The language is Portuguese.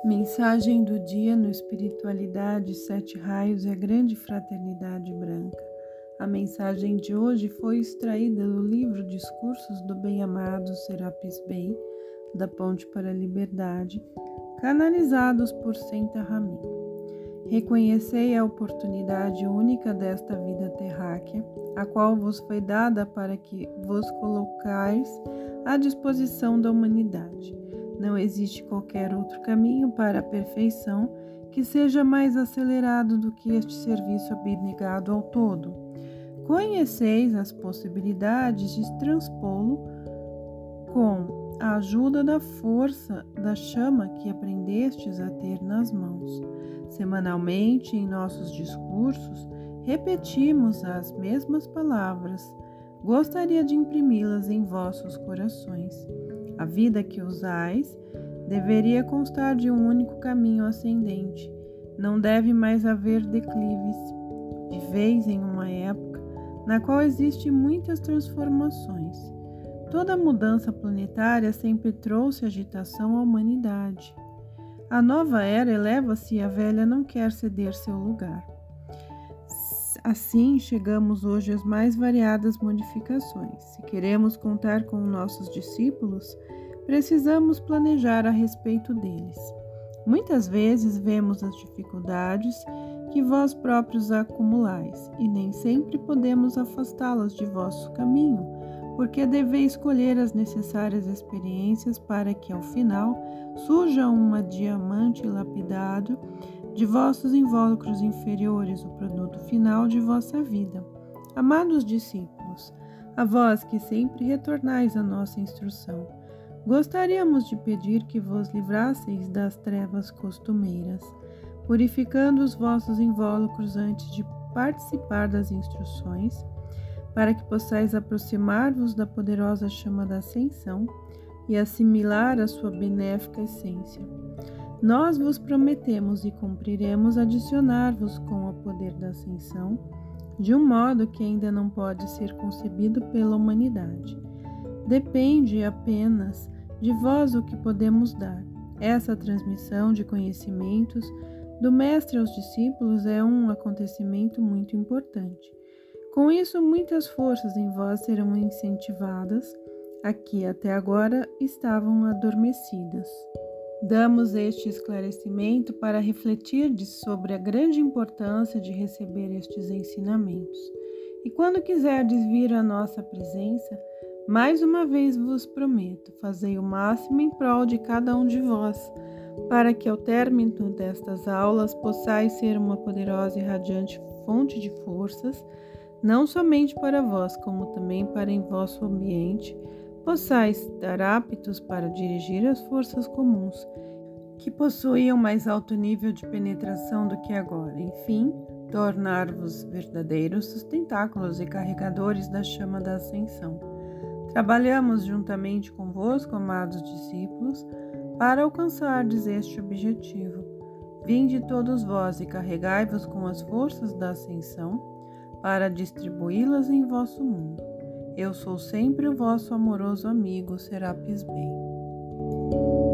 Mensagem do dia no Espiritualidade, Sete Raios e a Grande Fraternidade Branca. A mensagem de hoje foi extraída do livro Discursos do Bem-Amado Serapis Bey, da Ponte para a Liberdade, canalizados por Senta Ramin. Reconhecei a oportunidade única desta vida terráquea, a qual vos foi dada para que vos colocais à disposição da humanidade. Não existe qualquer outro caminho para a perfeição que seja mais acelerado do que este serviço abnegado ao todo. Conheceis as possibilidades de transpô-lo com a ajuda da força da chama que aprendestes a ter nas mãos. Semanalmente, em nossos discursos, repetimos as mesmas palavras. Gostaria de imprimi-las em vossos corações. A vida que usais deveria constar de um único caminho ascendente. Não deve mais haver declives. Viveis em uma época na qual existem muitas transformações. Toda mudança planetária sempre trouxe agitação à humanidade. A nova era eleva-se e a velha não quer ceder seu lugar. Assim, chegamos hoje às mais variadas modificações. Se queremos contar com nossos discípulos, precisamos planejar a respeito deles. Muitas vezes vemos as dificuldades que vós próprios acumulais, e nem sempre podemos afastá-las de vosso caminho, porque deveis escolher as necessárias experiências para que, ao final, surja um diamante lapidado de vossos invólucros inferiores, o produto final de vossa vida. Amados discípulos, a vós que sempre retornais à nossa instrução, gostaríamos de pedir que vos livrasseis das trevas costumeiras, purificando os vossos invólucros antes de participar das instruções, para que possais aproximar-vos da poderosa chama da ascensão e assimilar a sua benéfica essência. Nós vos prometemos e cumpriremos adicionar-vos com o poder da ascensão, de um modo que ainda não pode ser concebido pela humanidade. Depende apenas de vós o que podemos dar. Essa transmissão de conhecimentos do Mestre aos discípulos é um acontecimento muito importante. Com isso, muitas forças em vós serão incentivadas, a que até agora estavam adormecidas. Damos este esclarecimento para refletir sobre a grande importância de receber estes ensinamentos. E quando quiserdes vir à nossa presença, mais uma vez vos prometo, fazei o máximo em prol de cada um de vós, para que ao término destas aulas possais ser uma poderosa e radiante fonte de forças, não somente para vós, como também para em vosso ambiente, possais estar aptos para dirigir as forças comuns, que possuem um mais alto nível de penetração do que agora. Enfim, tornar-vos verdadeiros sustentáculos e carregadores da chama da ascensão. Trabalhamos juntamente convosco, amados discípulos, para alcançardes este objetivo. Vinde todos vós e carregai-vos com as forças da ascensão, para distribuí-las em vosso mundo. Eu sou sempre o vosso amoroso amigo Serapis Bey.